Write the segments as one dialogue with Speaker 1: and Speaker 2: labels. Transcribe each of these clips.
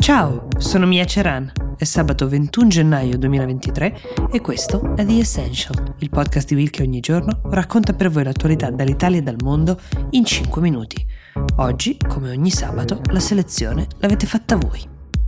Speaker 1: Ciao, sono Mia Ceran. È sabato 21 gennaio 2023 e questo è The Essential, il podcast di Will che ogni giorno racconta per voi l'attualità dall'Italia e dal mondo in 5 minuti. Oggi, come ogni sabato, la selezione l'avete fatta voi.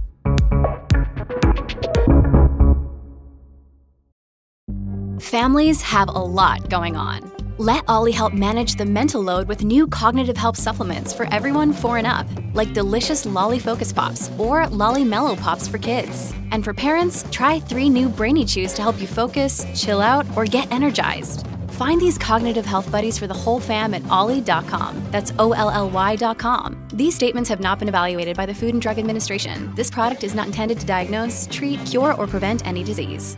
Speaker 2: Families have a lot going on. Let Ollie help manage the mental load with new cognitive help supplements for everyone 4 and up, like delicious Lolly Focus Pops or Lolly Mellow Pops for kids. And for parents, try 3 new Brainy Chews to help you focus, chill out, or get energized. Find these cognitive health buddies for the whole fam at ollie.com. That's OLLY.com. These statements have not been evaluated by the Food and Drug Administration. This product is not intended to diagnose, treat, cure, or prevent any disease.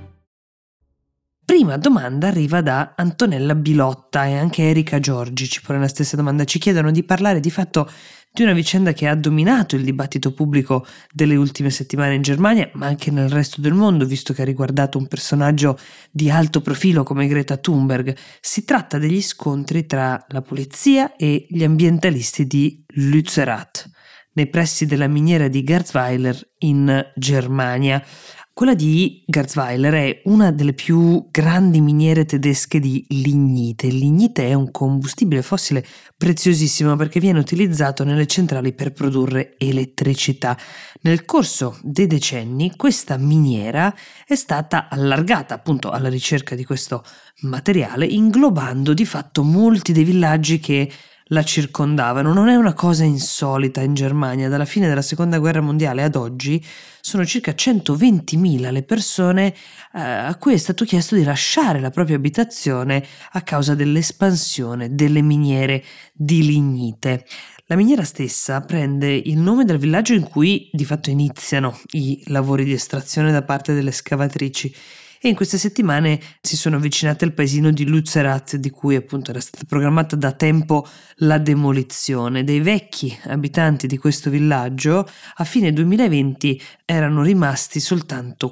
Speaker 1: Prima domanda arriva da Antonella Bilotta e anche Erika Giorgi ci pone la stessa domanda. Ci chiedono di parlare di fatto di una vicenda che ha dominato il dibattito pubblico delle ultime settimane in Germania, ma anche nel resto del mondo, visto che ha riguardato un personaggio di alto profilo come Greta Thunberg. Si tratta degli scontri tra la polizia e gli ambientalisti di Lützerath, nei pressi della miniera di Garzweiler in Germania. Quella di Garzweiler è una delle più grandi miniere tedesche di lignite. Il lignite è un combustibile fossile preziosissimo perché viene utilizzato nelle centrali per produrre elettricità. Nel corso dei decenni questa miniera è stata allargata appunto alla ricerca di questo materiale, inglobando di fatto molti dei villaggi che la circondavano. Non è una cosa insolita in Germania. Dalla fine della seconda guerra mondiale ad oggi sono circa 120.000 le persone a cui è stato chiesto di lasciare la propria abitazione a causa dell'espansione delle miniere di lignite. La miniera stessa prende il nome dal villaggio in cui di fatto iniziano i lavori di estrazione da parte delle scavatrici. E in queste settimane si sono avvicinate al paesino di Lützerath, di cui appunto era stata programmata da tempo la demolizione. Dei vecchi abitanti di questo villaggio a fine 2020 erano rimasti soltanto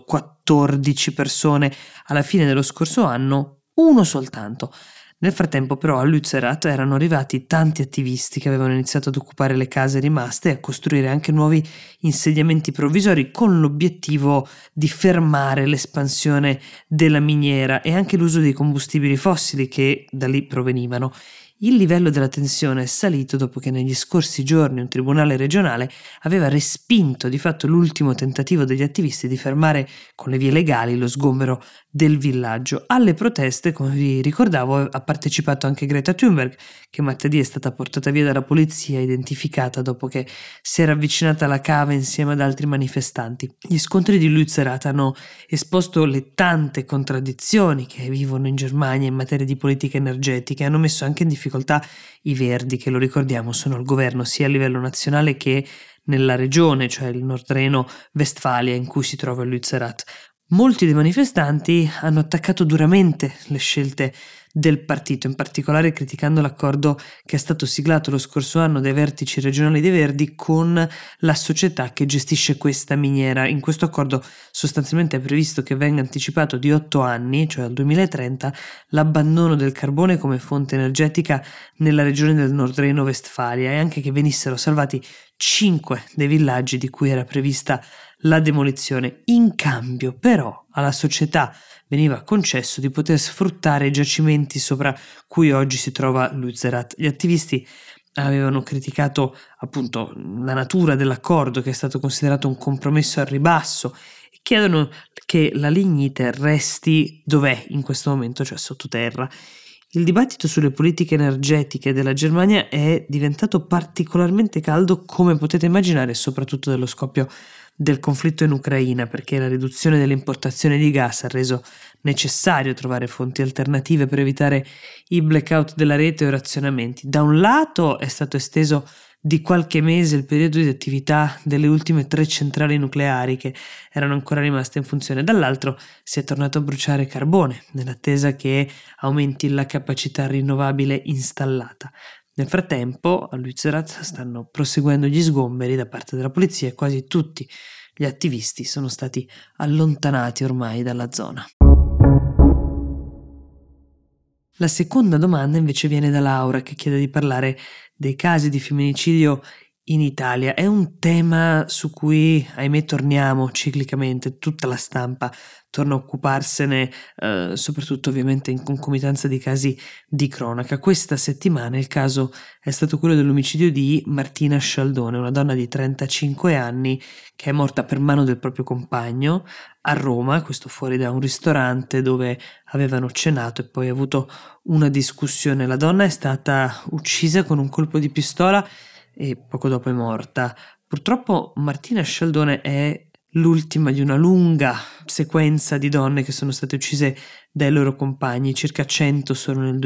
Speaker 1: 14 persone, alla fine dello scorso anno uno soltanto. Nel frattempo però a Lützerath erano arrivati tanti attivisti che avevano iniziato ad occupare le case rimaste e a costruire anche nuovi insediamenti provvisori con l'obiettivo di fermare l'espansione della miniera e anche l'uso dei combustibili fossili che da lì provenivano. Il livello della tensione è salito dopo che negli scorsi giorni un tribunale regionale aveva respinto di fatto l'ultimo tentativo degli attivisti di fermare con le vie legali lo sgombero del villaggio. Alle proteste, come vi ricordavo, ha partecipato anche Greta Thunberg, che martedì è stata portata via dalla polizia, identificata dopo che si era avvicinata alla cava insieme ad altri manifestanti. Gli scontri di Lützerath hanno esposto le tante contraddizioni che vivono in Germania in materia di politica energetica e hanno messo anche in difficoltà i Verdi, che lo ricordiamo sono al governo sia a livello nazionale che nella regione, cioè il Nord Reno-Vestfalia in cui si trova Lützerath. Molti dei manifestanti hanno attaccato duramente le scelte del partito, in particolare criticando l'accordo che è stato siglato lo scorso anno dai vertici regionali dei Verdi con la società che gestisce questa miniera. In questo accordo sostanzialmente è previsto che venga anticipato di 8 anni, cioè al 2030, l'abbandono del carbone come fonte energetica nella regione del Nord Reno-Vestfalia e anche che venissero salvati 5 dei villaggi di cui era prevista la demolizione. In cambio, però, alla società veniva concesso di poter sfruttare i giacimenti sopra cui oggi si trova Lützerath. Gli attivisti avevano criticato appunto la natura dell'accordo, che è stato considerato un compromesso al ribasso, e chiedono che la lignite resti dov'è in questo momento, cioè sottoterra. Il dibattito sulle politiche energetiche della Germania è diventato particolarmente caldo, come potete immaginare, soprattutto dallo scoppio del conflitto in Ucraina, perché la riduzione delle importazioni di gas ha reso necessario trovare fonti alternative per evitare i blackout della rete o i razionamenti. Da un lato è stato esteso di qualche mese il periodo di attività delle ultime 3 centrali nucleari che erano ancora rimaste in funzione, dall'altro si è tornato a bruciare carbone nell'attesa che aumenti la capacità rinnovabile installata. Nel frattempo a Lützerath stanno proseguendo gli sgomberi da parte della polizia e quasi tutti gli attivisti sono stati allontanati ormai dalla zona. La seconda domanda invece viene da Laura, che chiede di parlare dei casi di femminicidio in Italia. È un tema su cui, ahimè, torniamo ciclicamente, tutta la stampa torna a occuparsene, soprattutto ovviamente in concomitanza di casi di cronaca. Questa settimana il caso è stato quello dell'omicidio di Martina Scialdone, una donna di 35 anni che è morta per mano del proprio compagno a Roma, questo fuori da un ristorante dove avevano cenato e poi avuto una discussione. La donna è stata uccisa con un colpo di pistola e poco dopo è morta. Purtroppo Martina Scialdone è l'ultima di una lunga sequenza di donne che sono state uccise dai loro compagni, circa 100 solo nel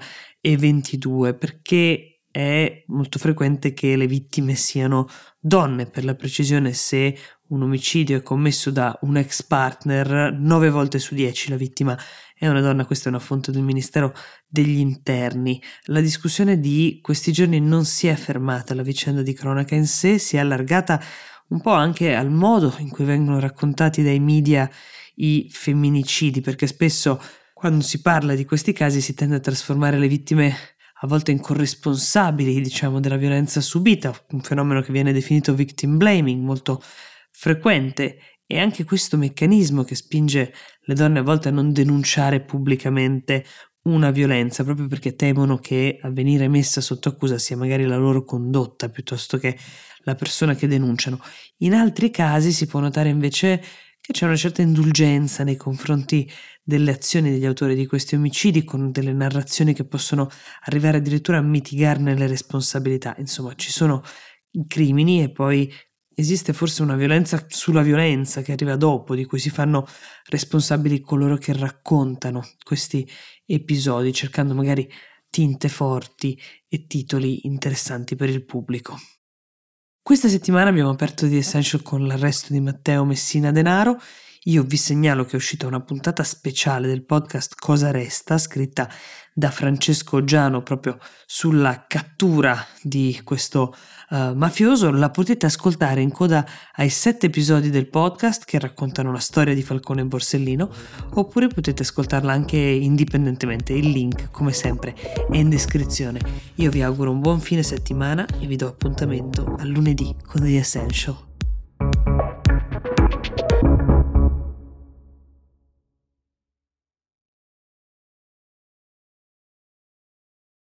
Speaker 1: 2022, perché è molto frequente che le vittime siano donne. Per la precisione, se un omicidio è commesso da un ex partner, 9 volte su 10 la vittima è una donna. Questa è una fonte del Ministero degli Interni. La discussione di questi giorni non si è fermata, la vicenda di cronaca in sé si è allargata un po' anche al modo in cui vengono raccontati dai media i femminicidi, perché spesso quando si parla di questi casi si tende a trasformare le vittime a volte in corresponsabili, diciamo, della violenza subita, un fenomeno che viene definito victim blaming, molto frequente, e anche questo meccanismo che spinge le donne a volte a non denunciare pubblicamente una violenza, proprio perché temono che a venire messa sotto accusa sia magari la loro condotta piuttosto che la persona che denunciano. In altri casi si può notare invece che c'è una certa indulgenza nei confronti delle azioni degli autori di questi omicidi, con delle narrazioni che possono arrivare addirittura a mitigarne le responsabilità. Insomma, ci sono i crimini e poi esiste forse una violenza sulla violenza che arriva dopo, di cui si fanno responsabili coloro che raccontano questi episodi, cercando magari tinte forti e titoli interessanti per il pubblico. Questa settimana abbiamo aperto The Essential con l'arresto di Matteo Messina Denaro. Io vi segnalo che è uscita una puntata speciale del podcast Cosa Resta, scritta da Francesco Giano proprio sulla cattura di questo mafioso. La potete ascoltare in coda ai 7 episodi del podcast che raccontano la storia di Falcone e Borsellino, oppure potete ascoltarla anche indipendentemente. Il link, come sempre, è in descrizione. Io vi auguro un buon fine settimana e vi do appuntamento a lunedì con The Essential.